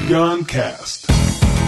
Guncast.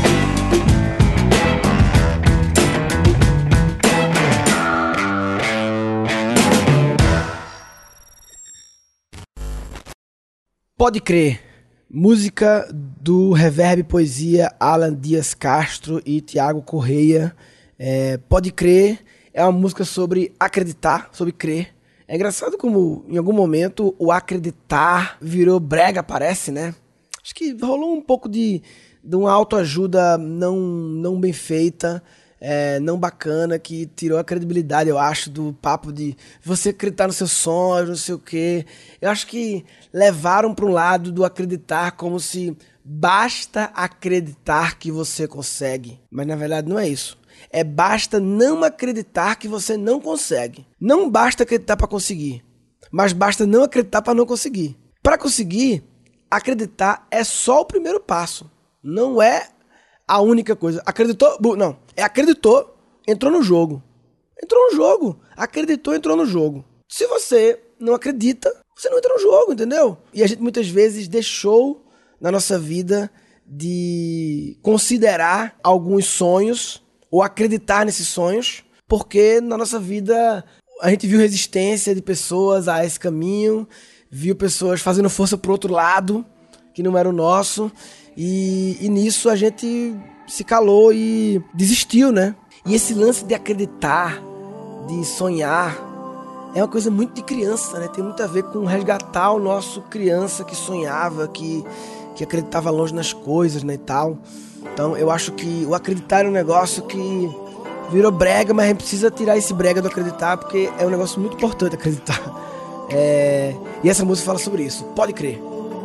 Pode Crer, música do Reverb Poesia, Alan Dias Castro e Tiago Correia. Pode Crer é uma música sobre acreditar, sobre crer. É engraçado como em algum momento o acreditar virou brega, parece, né? Acho que rolou um pouco de uma autoajuda não bem feita, não bacana, que tirou a credibilidade, eu acho, do papo de você acreditar nos seus sonhos, não sei o quê. Eu acho que levaram para um lado do acreditar como se basta acreditar que você consegue. Mas na verdade não é isso. Basta não acreditar que você não consegue. Não basta acreditar para conseguir, mas basta não acreditar para não conseguir. Para conseguir, acreditar é só o primeiro passo. Não é a única coisa. Acreditou? Não. Acreditou, entrou no jogo. Entrou no jogo. Acreditou, entrou no jogo. Se você não acredita, você não entra no jogo, entendeu? E a gente muitas vezes deixou na nossa vida de considerar alguns sonhos ou acreditar nesses sonhos, porque na nossa vida a gente viu resistência de pessoas a esse caminho, viu pessoas fazendo força pro outro lado, que não era o nosso, e nisso a gente se calou e desistiu, né? E esse lance de acreditar, de sonhar, é uma coisa muito de criança, né? Tem muito a ver com resgatar o nosso criança que sonhava, que acreditava longe nas coisas, né, e tal. Então eu acho que o acreditar é um negócio que virou brega, mas a gente precisa tirar esse brega do acreditar, porque é um negócio muito importante acreditar. E essa música fala sobre isso. Pode crer.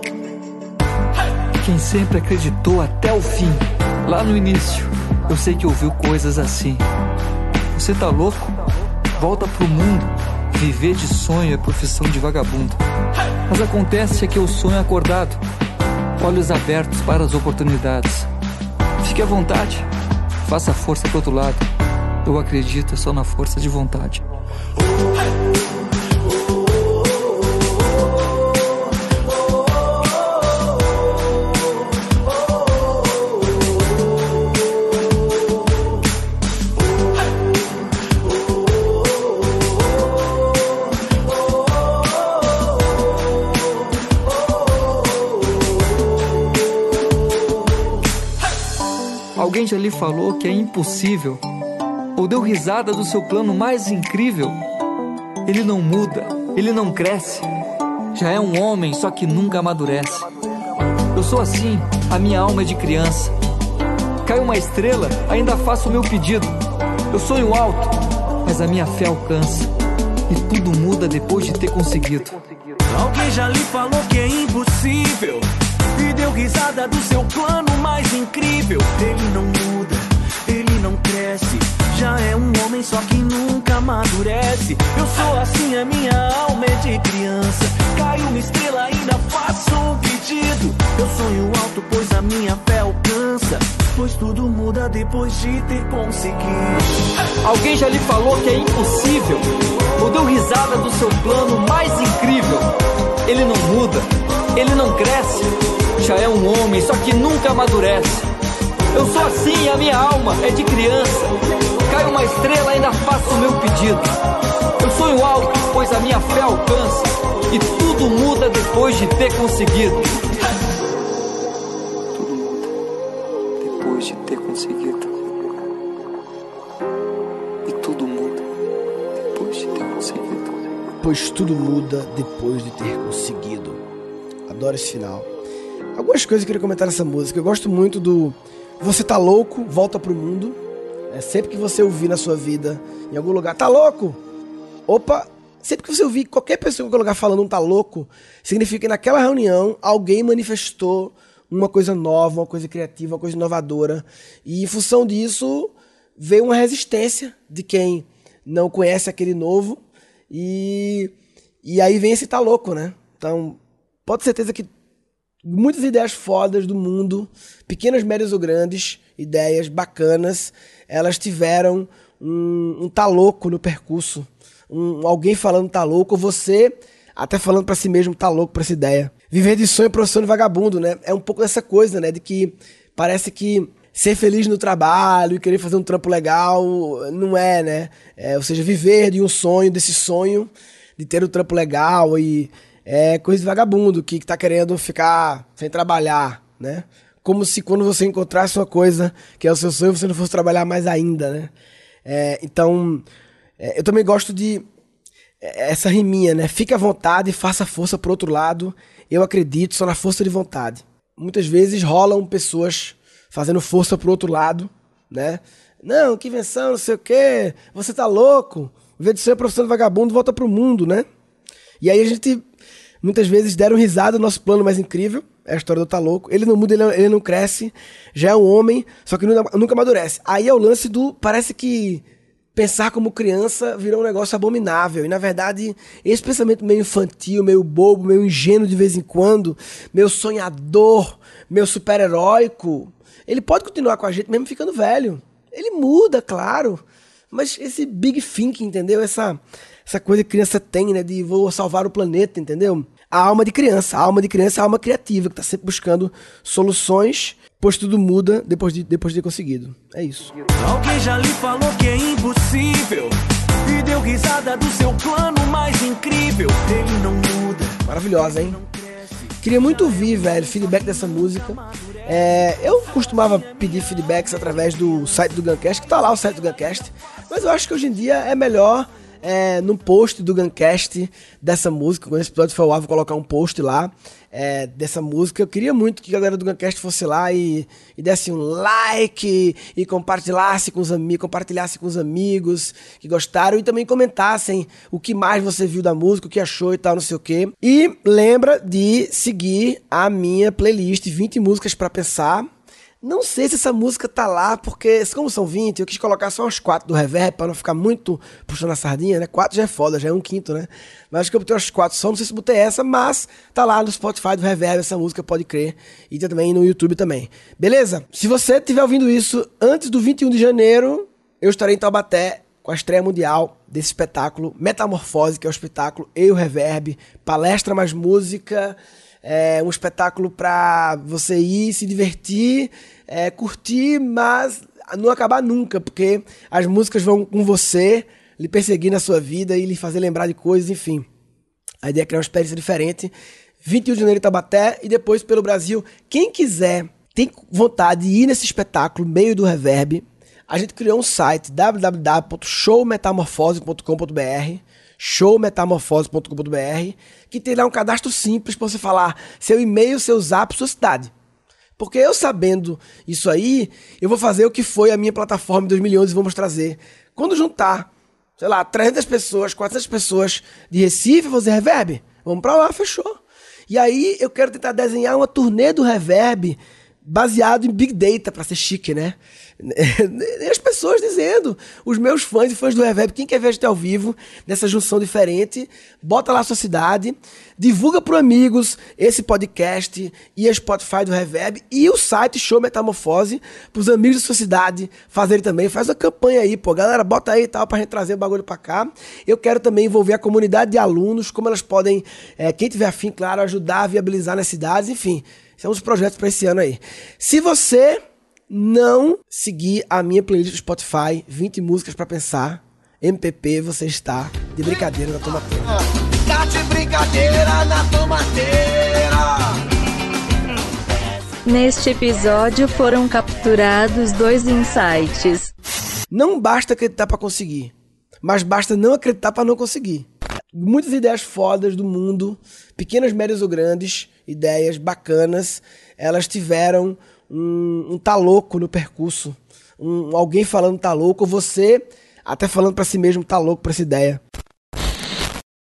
Quem sempre acreditou até o fim, lá no início, eu sei que ouviu coisas assim: você tá louco? Volta pro mundo. Viver de sonho é profissão de vagabundo. Mas acontece é que eu sonho acordado, olhos abertos para as oportunidades. Fique à vontade, faça força pro outro lado. Eu acredito só na força de vontade. Alguém já lhe falou que é impossível? Ou deu risada do seu plano mais incrível? Ele não muda, ele não cresce. Já é um homem, só que nunca amadurece. Eu sou assim, a minha alma é de criança. Cai uma estrela, ainda faço o meu pedido. Eu sonho alto, mas a minha fé alcança. E tudo muda depois de ter conseguido. Alguém já lhe falou que é impossível? E deu risada do seu plano mais incrível. Ele não muda, ele não cresce. Já é um homem, só que nunca amadurece. Eu sou assim, a minha alma é de criança. Cai uma estrela, ainda faço um pedido. Eu sonho alto, pois a minha fé alcança. Pois tudo muda depois de ter conseguido. Alguém já lhe falou que é impossível? Ou deu risada do seu plano mais incrível? Ele não muda, ele não cresce. Já é um homem, só que nunca amadurece. Eu sou assim, a minha alma é de criança. Cai uma estrela, ainda faço o meu pedido. Eu sonho alto, pois a minha fé alcança. E tudo muda depois de ter conseguido. Tudo muda depois de ter conseguido. E tudo muda depois de ter conseguido. Pois tudo muda depois de ter conseguido. Adoro esse final. Algumas coisas que eu queria comentar nessa música. Eu gosto muito do você tá louco, volta pro mundo. Sempre que você ouvir na sua vida, em algum lugar, tá louco? Opa, sempre que você ouvir qualquer pessoa em qualquer lugar falando tá louco, significa que naquela reunião alguém manifestou uma coisa nova, uma coisa criativa, uma coisa inovadora. E em função disso, veio uma resistência de quem não conhece aquele novo. E aí vem esse tá louco, né? Então, pode ter certeza que muitas ideias fodas do mundo, pequenas, médias ou grandes, ideias bacanas, elas tiveram um tá louco no percurso. Alguém falando tá louco, ou você até falando pra si mesmo tá louco pra essa ideia. Viver de sonho, profissão de vagabundo, né? É um pouco dessa coisa, né? De que parece que ser feliz no trabalho e querer fazer um trampo legal não é, né? Ou seja, viver de um sonho, desse sonho de ter um trampo legal e é coisa de vagabundo que tá querendo ficar sem trabalhar, né? Como se quando você encontrasse uma coisa que é o seu sonho, você não fosse trabalhar mais ainda, né? Então, eu também gosto de essa riminha, né? Fique à vontade e faça força pro outro lado. Eu acredito só na força de vontade. Muitas vezes rolam pessoas fazendo força pro outro lado, né? Não, que invenção, não sei o quê. Você tá louco. Em vez de ser professor de vagabundo, volta pro mundo, né? E aí a gente, muitas vezes, deram risada no nosso plano mais incrível. É a história do tá louco. Ele não muda, ele não cresce. Já é um homem, só que nunca amadurece. Aí é o lance do... Parece que pensar como criança virou um negócio abominável. E, na verdade, esse pensamento meio infantil, meio bobo, meio ingênuo de vez em quando, meio sonhador, meio super-heróico, ele pode continuar com a gente mesmo ficando velho. Ele muda, claro. Mas esse big thinking, entendeu? Essa coisa que criança tem, né? De vou salvar o planeta, entendeu? A alma de criança. A alma de criança é a alma criativa, que tá sempre buscando soluções, pois tudo muda depois de ter conseguido. É isso. Alguém já lhe falou que é impossível e deu risada do seu plano mais incrível. Ele não muda. Maravilhosa, hein? Queria muito ouvir, velho, feedback dessa música. Eu costumava pedir feedbacks através do site do Guncast, que tá lá o site do Guncast, mas eu acho que hoje em dia é melhor no post do Guncast dessa música. Quando esse episódio for ao ar, vou colocar um post lá dessa música. Eu queria muito que a galera do Guncast fosse lá e desse um like e compartilhasse com os amigos que gostaram e também comentassem o que mais você viu da música, o que achou e tal, não sei o quê. E lembra de seguir a minha playlist 20 músicas pra pensar. Não sei se essa música tá lá, porque como são 20, eu quis colocar só umas 4 do Reverb, pra não ficar muito puxando a sardinha, né? 4 já é foda, já é 1/5, né? Mas acho que eu botei umas 4 só, não sei se botei essa, mas tá lá no Spotify do Reverb, essa música, pode crer. E tem também no YouTube também. Beleza? Se você estiver ouvindo isso antes do 21 de janeiro, eu estarei em Taubaté com a estreia mundial desse espetáculo Metamorfose, que é o espetáculo Eu e o Reverb, palestra mais música. É um espetáculo pra você ir, se divertir, curtir, mas não acabar nunca, porque as músicas vão com você, lhe perseguir na sua vida e lhe fazer lembrar de coisas, enfim. A ideia é criar uma experiência diferente. 21 de janeiro em Taubaté e depois pelo Brasil. Quem quiser, tem vontade de ir nesse espetáculo, meio do Reverb, a gente criou um site, www.showmetamorfose.com.br, showmetamorfose.com.br, que tem lá um cadastro simples para você falar seu e-mail, seu zap, sua cidade. Porque eu sabendo isso aí, eu vou fazer o que foi a minha plataforma em 2011 e vamos trazer. Quando juntar, sei lá, 300 pessoas, 400 pessoas de Recife, vou dizer, Reverb, vamos pra lá, fechou. E aí eu quero tentar desenhar uma turnê do Reverb baseado em Big Data, pra ser chique, né? E as pessoas dizendo, os meus fãs e fãs do Reverb, quem quer ver a gente ao vivo, nessa junção diferente, bota lá a sua cidade, divulga para amigos esse podcast e a Spotify do Reverb e o site Show Metamorfose, pros amigos da sua cidade fazerem também. Faz uma campanha aí, pô, galera, bota aí e tal, pra gente trazer o bagulho pra cá. Eu quero também envolver a comunidade de alunos, como elas podem, quem tiver afim, claro, ajudar a viabilizar nas cidades, enfim. São os projetos para esse ano aí. Se você não seguir a minha playlist do Spotify, 20 músicas pra pensar, MPP, você está de brincadeira na tomateira. Tá de brincadeira na tomateira. Neste episódio foram capturados 2 insights. Não basta acreditar pra conseguir, mas basta não acreditar pra não conseguir. Muitas ideias fodas do mundo, pequenas, médias ou grandes, ideias bacanas, elas tiveram um tá louco no percurso, alguém falando tá louco, ou você até falando pra si mesmo tá louco pra essa ideia.